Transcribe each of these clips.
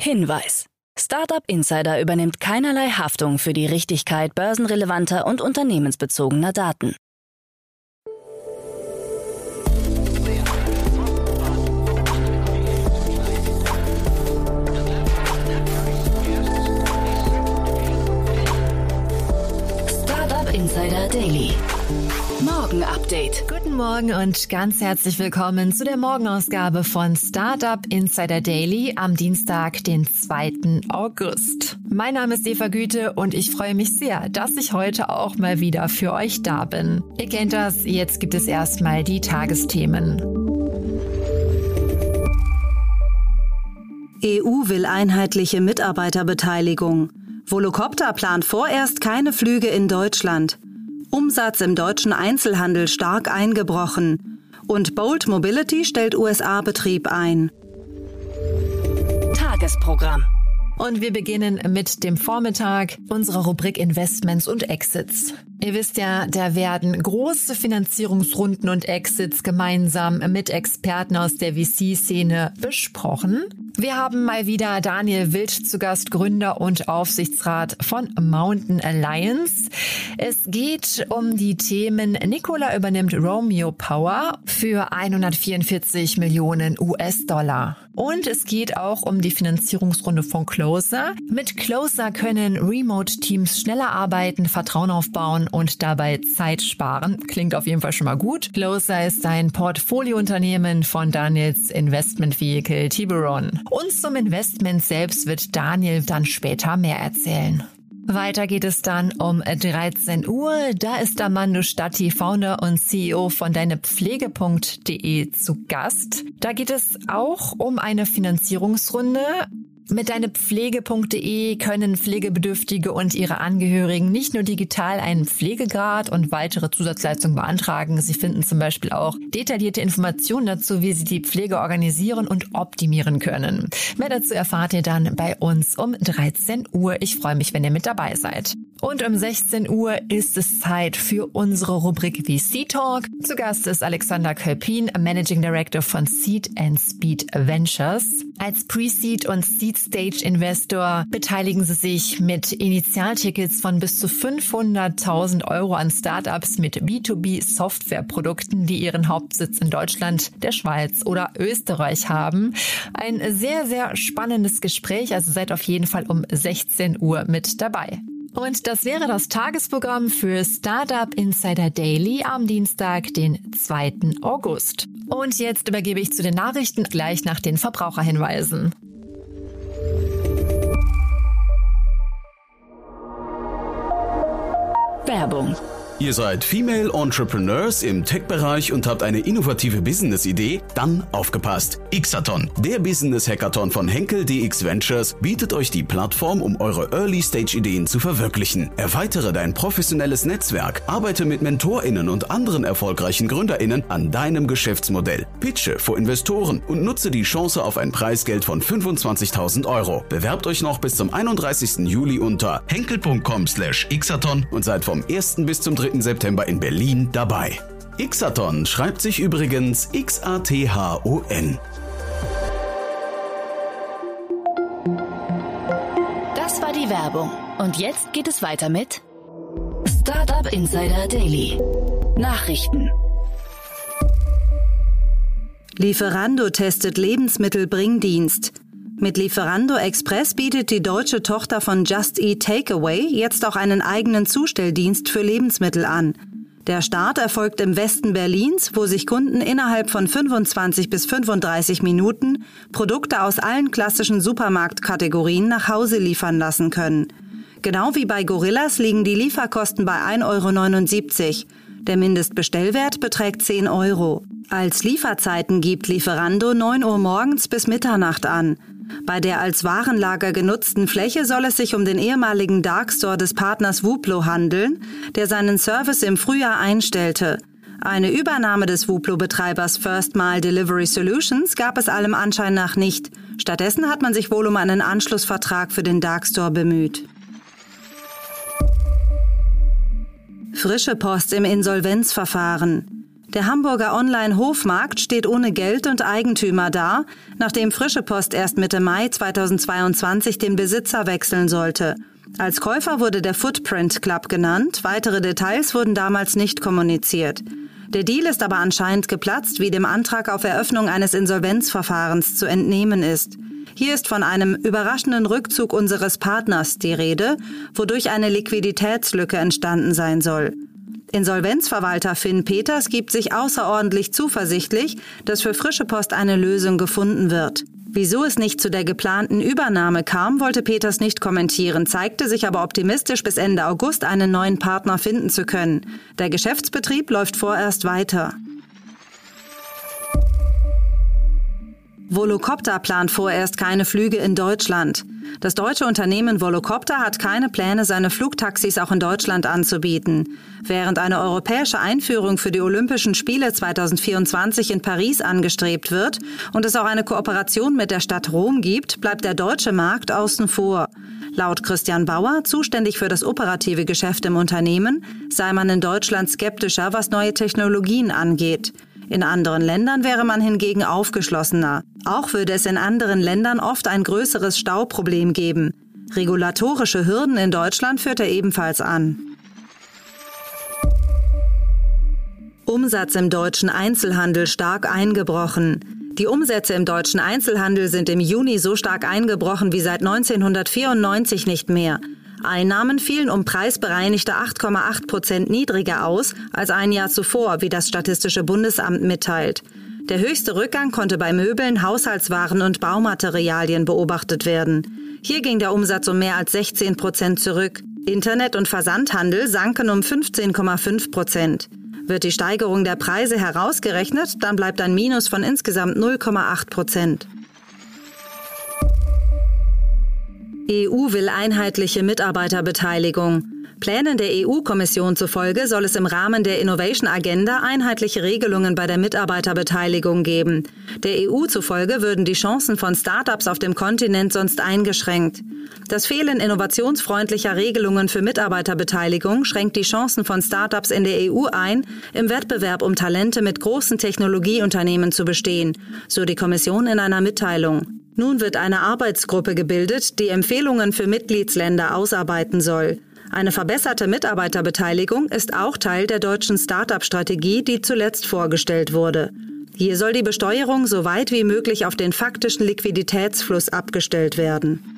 Hinweis: Startup Insider übernimmt keinerlei Haftung für die Richtigkeit börsenrelevanter und unternehmensbezogener Daten. Startup Insider Daily. Morgen Update. Guten Morgen und ganz herzlich willkommen zu der Morgenausgabe von Startup Insider Daily am Dienstag, den 2. August. Mein Name ist Eva Güte und ich freue mich sehr, dass ich heute auch mal wieder für euch da bin. Ihr kennt das, jetzt gibt es erstmal die Tagesthemen. EU will einheitliche Mitarbeiterbeteiligung. Volocopter plant vorerst keine Flüge in Deutschland. Umsatz im deutschen Einzelhandel stark eingebrochen. Und Bolt Mobility stellt USA-Betrieb ein. Tagesprogramm. Und wir beginnen mit dem Vormittag unserer Rubrik Investments und Exits. Ihr wisst ja, da werden große Finanzierungsrunden und Exits gemeinsam mit Experten aus der VC-Szene besprochen. Wir haben mal wieder Daniel Wild zu Gast, Gründer und Aufsichtsrat von Mountain Alliance. Es geht um die Themen: Nikola übernimmt Romeo Power für 144 Millionen US-Dollar. Und es geht auch um die Finanzierungsrunde von Closer. Mit Closer können Remote-Teams schneller arbeiten, Vertrauen aufbauen und dabei Zeit sparen. Klingt auf jeden Fall schon mal gut. Closer ist ein Portfoliounternehmen von Daniels Investment Vehicle Tiburon. Und zum Investment selbst wird Daniel dann später mehr erzählen. Weiter geht es dann um 13 Uhr. Da ist Armando Statti, Founder und CEO von deinepflege.de zu Gast. Da geht es auch um eine Finanzierungsrunde. Mit deinepflege.de können Pflegebedürftige und ihre Angehörigen nicht nur digital einen Pflegegrad und weitere Zusatzleistungen beantragen. Sie finden zum Beispiel auch detaillierte Informationen dazu, wie sie die Pflege organisieren und optimieren können. Mehr dazu erfahrt ihr dann bei uns um 13 Uhr. Ich freue mich, wenn ihr mit dabei seid. Und um 16 Uhr ist es Zeit für unsere Rubrik VC Talk. Zu Gast ist Alexander Kölpin, Managing Director von Seed & Speed Ventures. Als Pre-Seed und Seed-Stage-Investor beteiligen sie sich mit Initialtickets von bis zu 500.000 Euro an Startups mit B2B-Softwareprodukten, die ihren Hauptsitz in Deutschland, der Schweiz oder Österreich haben. Ein sehr, sehr spannendes Gespräch, also seid auf jeden Fall um 16 Uhr mit dabei. Und das wäre das Tagesprogramm für Startup Insider Daily am Dienstag, den 2. August. Und jetzt übergebe ich zu den Nachrichten gleich nach den Verbraucherhinweisen. Werbung. Ihr seid Female Entrepreneurs im Tech-Bereich und habt eine innovative Business-Idee? Dann aufgepasst! Xathon, der Business-Hackathon von Henkel DX Ventures, bietet euch die Plattform, um eure Early-Stage-Ideen zu verwirklichen. Erweitere dein professionelles Netzwerk, arbeite mit MentorInnen und anderen erfolgreichen GründerInnen an deinem Geschäftsmodell, pitche vor Investoren und nutze die Chance auf ein Preisgeld von 25.000 Euro. Bewerbt euch noch bis zum 31. Juli unter henkel.com/Xathon und seid vom 1. bis zum 3. September in Berlin dabei. Xathon schreibt sich übrigens Xathon. Das war die Werbung. Und jetzt geht es weiter mit Startup Insider Daily. Nachrichten. Lieferando testet Lebensmittelbringdienst. Mit Lieferando Express bietet die deutsche Tochter von Just Eat Takeaway jetzt auch einen eigenen Zustelldienst für Lebensmittel an. Der Start erfolgt im Westen Berlins, wo sich Kunden innerhalb von 25 bis 35 Minuten Produkte aus allen klassischen Supermarktkategorien nach Hause liefern lassen können. Genau wie bei Gorillas liegen die Lieferkosten bei 1,79 €. Der Mindestbestellwert beträgt 10 €. Als Lieferzeiten gibt Lieferando 9 Uhr morgens bis Mitternacht an. Bei der als Warenlager genutzten Fläche soll es sich um den ehemaligen Darkstore des Partners Wuplo handeln, der seinen Service im Frühjahr einstellte. Eine Übernahme des Wuplo-Betreibers First Mile Delivery Solutions gab es allem Anschein nach nicht. Stattdessen hat man sich wohl um einen Anschlussvertrag für den Darkstore bemüht. Frische Post im Insolvenzverfahren. Der Hamburger Online-Hofmarkt steht ohne Geld und Eigentümer da, nachdem Frische Post erst Mitte Mai 2022 den Besitzer wechseln sollte. Als Käufer wurde der Footprint Club genannt, weitere Details wurden damals nicht kommuniziert. Der Deal ist aber anscheinend geplatzt, wie dem Antrag auf Eröffnung eines Insolvenzverfahrens zu entnehmen ist. Hier ist von einem überraschenden Rückzug unseres Partners die Rede, wodurch eine Liquiditätslücke entstanden sein soll. Insolvenzverwalter Finn Peters gibt sich außerordentlich zuversichtlich, dass für Frische Post eine Lösung gefunden wird. Wieso es nicht zu der geplanten Übernahme kam, wollte Peters nicht kommentieren, zeigte sich aber optimistisch, bis Ende August einen neuen Partner finden zu können. Der Geschäftsbetrieb läuft vorerst weiter. Volocopter plant vorerst keine Flüge in Deutschland. Das deutsche Unternehmen Volocopter hat keine Pläne, seine Flugtaxis auch in Deutschland anzubieten. Während eine europäische Einführung für die Olympischen Spiele 2024 in Paris angestrebt wird und es auch eine Kooperation mit der Stadt Rom gibt, bleibt der deutsche Markt außen vor. Laut Christian Bauer, zuständig für das operative Geschäft im Unternehmen, sei man in Deutschland skeptischer, was neue Technologien angeht. In anderen Ländern wäre man hingegen aufgeschlossener. Auch würde es in anderen Ländern oft ein größeres Stauproblem geben. Regulatorische Hürden in Deutschland führt er ebenfalls an. Umsatz im deutschen Einzelhandel stark eingebrochen. Die Umsätze im deutschen Einzelhandel sind im Juni so stark eingebrochen wie seit 1994 nicht mehr. Einnahmen fielen um preisbereinigte 8,8% niedriger aus als ein Jahr zuvor, wie das Statistische Bundesamt mitteilt. Der höchste Rückgang konnte bei Möbeln, Haushaltswaren und Baumaterialien beobachtet werden. Hier ging der Umsatz um mehr als 16% zurück. Internet- und Versandhandel sanken um 15,5%. Wird die Steigerung der Preise herausgerechnet, dann bleibt ein Minus von insgesamt 0,8%. EU will einheitliche Mitarbeiterbeteiligung. Plänen der EU-Kommission zufolge soll es im Rahmen der Innovation Agenda einheitliche Regelungen bei der Mitarbeiterbeteiligung geben. Der EU zufolge würden die Chancen von Start-ups auf dem Kontinent sonst eingeschränkt. Das Fehlen innovationsfreundlicher Regelungen für Mitarbeiterbeteiligung schränkt die Chancen von Start-ups in der EU ein, im Wettbewerb um Talente mit großen Technologieunternehmen zu bestehen, so die Kommission in einer Mitteilung. Nun wird eine Arbeitsgruppe gebildet, die Empfehlungen für Mitgliedsländer ausarbeiten soll. Eine verbesserte Mitarbeiterbeteiligung ist auch Teil der deutschen Start-up-Strategie, die zuletzt vorgestellt wurde. Hier soll die Besteuerung so weit wie möglich auf den faktischen Liquiditätsfluss abgestellt werden.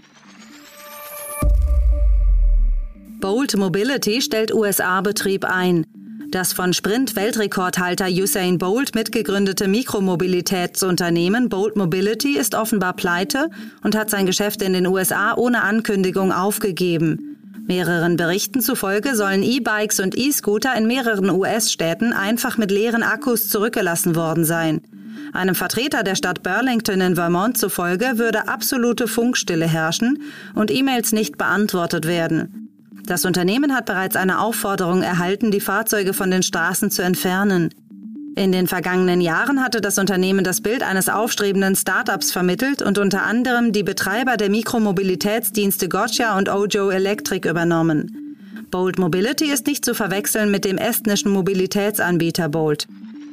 Bolt Mobility stellt USA-Betrieb ein. Das von Sprint-Weltrekordhalter Usain Bolt mitgegründete Mikromobilitätsunternehmen Bolt Mobility ist offenbar pleite und hat sein Geschäft in den USA ohne Ankündigung aufgegeben. Mehreren Berichten zufolge sollen E-Bikes und E-Scooter in mehreren US-Städten einfach mit leeren Akkus zurückgelassen worden sein. Einem Vertreter der Stadt Burlington in Vermont zufolge würde absolute Funkstille herrschen und E-Mails nicht beantwortet werden. Das Unternehmen hat bereits eine Aufforderung erhalten, die Fahrzeuge von den Straßen zu entfernen. In den vergangenen Jahren hatte das Unternehmen das Bild eines aufstrebenden Startups vermittelt und unter anderem die Betreiber der Mikromobilitätsdienste Gotcha und Ojo Electric übernommen. Bolt Mobility ist nicht zu verwechseln mit dem estnischen Mobilitätsanbieter Bolt.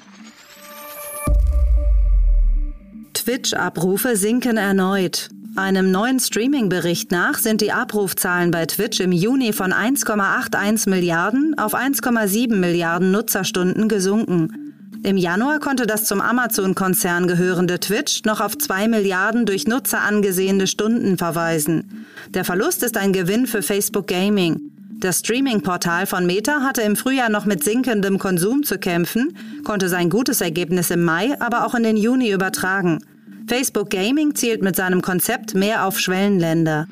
Twitch-Abrufe sinken erneut. Einem neuen Streaming-Bericht nach sind die Abrufzahlen bei Twitch im Juni von 1,81 Milliarden auf 1,7 Milliarden Nutzerstunden gesunken. Im Januar konnte das zum Amazon-Konzern gehörende Twitch noch auf 2 Milliarden durch Nutzer angesehene Stunden verweisen. Der Verlust ist ein Gewinn für Facebook Gaming. Das Streaming-Portal von Meta hatte im Frühjahr noch mit sinkendem Konsum zu kämpfen, konnte sein gutes Ergebnis im Mai aber auch in den Juni übertragen. Facebook Gaming zielt mit seinem Konzept mehr auf Schwellenländer.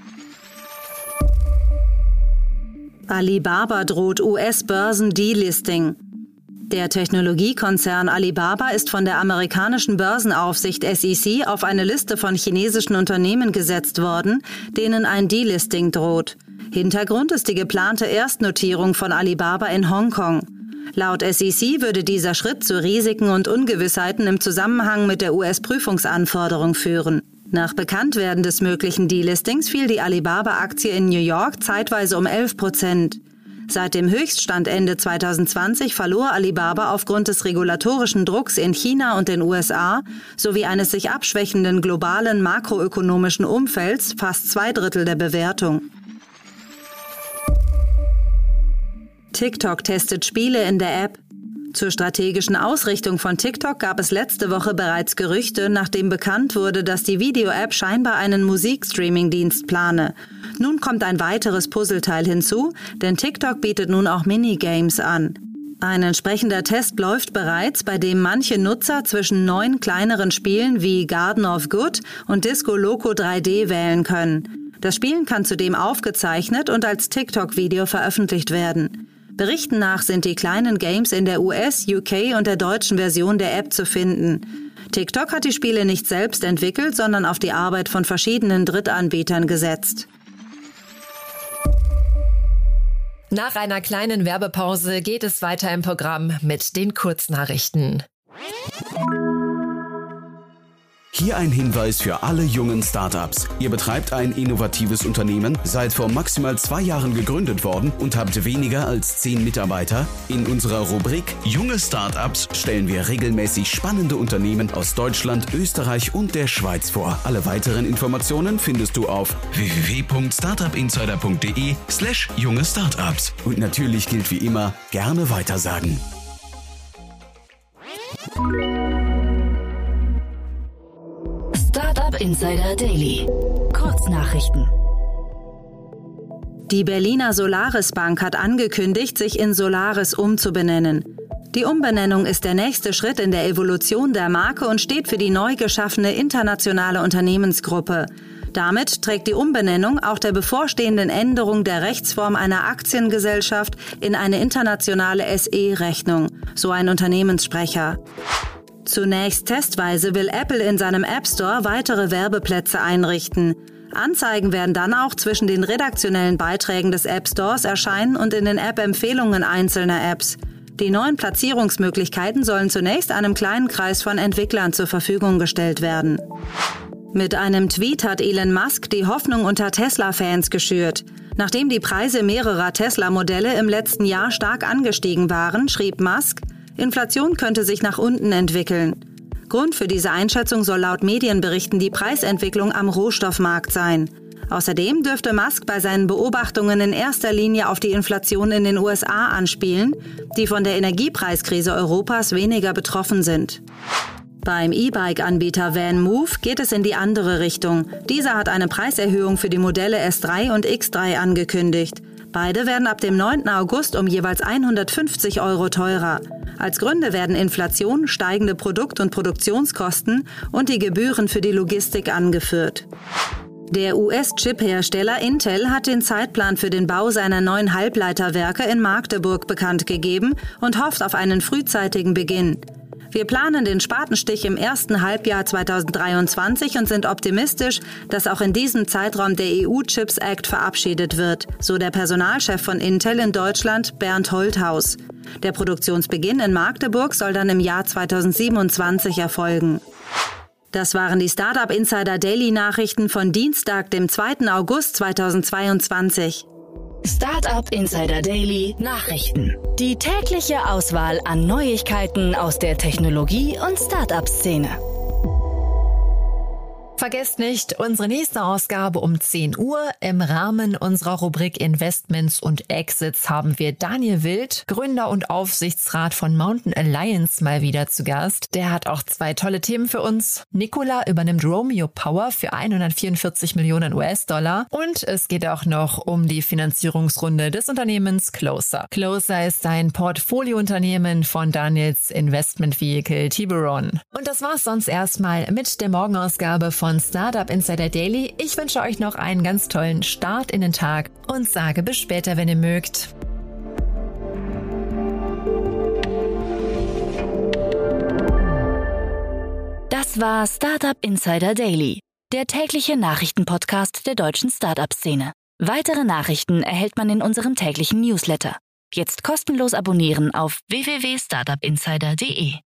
Alibaba droht US-Börsen-Delisting. Der Technologiekonzern Alibaba ist von der amerikanischen Börsenaufsicht SEC auf eine Liste von chinesischen Unternehmen gesetzt worden, denen ein Delisting droht. Hintergrund ist die geplante Erstnotierung von Alibaba in Hongkong. Laut SEC würde dieser Schritt zu Risiken und Ungewissheiten im Zusammenhang mit der US-Prüfungsanforderung führen. Nach Bekanntwerden des möglichen Delistings fiel die Alibaba-Aktie in New York zeitweise um 11%. Seit dem Höchststand Ende 2020 verlor Alibaba aufgrund des regulatorischen Drucks in China und den USA sowie eines sich abschwächenden globalen makroökonomischen Umfelds fast 2/3 der Bewertung. TikTok testet Spiele in der App. Zur strategischen Ausrichtung von TikTok gab es letzte Woche bereits Gerüchte, nachdem bekannt wurde, dass die Video-App scheinbar einen Musikstreaming-Dienst plane. Nun kommt ein weiteres Puzzleteil hinzu, denn TikTok bietet nun auch Minigames an. Ein entsprechender Test läuft bereits, bei dem manche Nutzer zwischen 9 kleineren Spielen wie Garden of Good und Disco Loco 3D wählen können. Das Spielen kann zudem aufgezeichnet und als TikTok-Video veröffentlicht werden. Berichten nach sind die kleinen Games in der US-, UK- und der deutschen Version der App zu finden. TikTok hat die Spiele nicht selbst entwickelt, sondern auf die Arbeit von verschiedenen Drittanbietern gesetzt. Nach einer kleinen Werbepause geht es weiter im Programm mit den Kurznachrichten. Hier ein Hinweis für alle jungen Startups. Ihr betreibt ein innovatives Unternehmen, seid vor maximal 2 Jahren gegründet worden und habt weniger als 10 Mitarbeiter? In unserer Rubrik Junge Startups stellen wir regelmäßig spannende Unternehmen aus Deutschland, Österreich und der Schweiz vor. Alle weiteren Informationen findest du auf www.startupinsider.de/junge Startups. Und natürlich gilt wie immer, gerne weitersagen. Startup Insider Daily. Kurznachrichten. Die Berliner Solaris Bank hat angekündigt, sich in Solaris umzubenennen. Die Umbenennung ist der nächste Schritt in der Evolution der Marke und steht für die neu geschaffene internationale Unternehmensgruppe. Damit trägt die Umbenennung auch der bevorstehenden Änderung der Rechtsform einer Aktiengesellschaft in eine internationale SE Rechnung, so ein Unternehmenssprecher. Zunächst testweise will Apple in seinem App Store weitere Werbeplätze einrichten. Anzeigen werden dann auch zwischen den redaktionellen Beiträgen des App Stores erscheinen und in den App-Empfehlungen einzelner Apps. Die neuen Platzierungsmöglichkeiten sollen zunächst einem kleinen Kreis von Entwicklern zur Verfügung gestellt werden. Mit einem Tweet hat Elon Musk die Hoffnung unter Tesla-Fans geschürt. Nachdem die Preise mehrerer Tesla-Modelle im letzten Jahr stark angestiegen waren, schrieb Musk: Inflation könnte sich nach unten entwickeln. Grund für diese Einschätzung soll laut Medienberichten die Preisentwicklung am Rohstoffmarkt sein. Außerdem dürfte Musk bei seinen Beobachtungen in erster Linie auf die Inflation in den USA anspielen, die von der Energiepreiskrise Europas weniger betroffen sind. Beim E-Bike-Anbieter VanMoof geht es in die andere Richtung. Dieser hat eine Preiserhöhung für die Modelle S3 und X3 angekündigt. Beide werden ab dem 9. August um jeweils 150 € teurer. Als Gründe werden Inflation, steigende Produkt- und Produktionskosten und die Gebühren für die Logistik angeführt. Der US-Chip-Hersteller Intel hat den Zeitplan für den Bau seiner neuen Halbleiterwerke in Magdeburg bekannt gegeben und hofft auf einen frühzeitigen Beginn. Wir planen den Spatenstich im ersten Halbjahr 2023 und sind optimistisch, dass auch in diesem Zeitraum der EU-Chips Act verabschiedet wird, so der Personalchef von Intel in Deutschland, Bernd Holthaus. Der Produktionsbeginn in Magdeburg soll dann im Jahr 2027 erfolgen. Das waren die Startup Insider Daily Nachrichten von Dienstag, dem 2. August 2022. Startup Insider Daily Nachrichten. Die tägliche Auswahl an Neuigkeiten aus der Technologie- und Startup-Szene. Vergesst nicht, unsere nächste Ausgabe um 10 Uhr. Im Rahmen unserer Rubrik Investments und Exits haben wir Daniel Wild, Gründer und Aufsichtsrat von Mountain Alliance, mal wieder zu Gast. Der hat auch 2 tolle Themen für uns. Nikola übernimmt Romeo Power für 144 Millionen US-Dollar. Und es geht auch noch um die Finanzierungsrunde des Unternehmens Closer. Closer ist ein Portfoliounternehmen von Daniels Investment Vehicle Tiburon. Und das war's sonst erstmal mit der Morgenausgabe von Startup Insider Daily. Ich wünsche euch noch einen ganz tollen Start in den Tag und sage bis später, wenn ihr mögt. Das war Startup Insider Daily, der tägliche Nachrichtenpodcast der deutschen Startup-Szene. Weitere Nachrichten erhält man in unserem täglichen Newsletter. Jetzt kostenlos abonnieren auf www.startupinsider.de.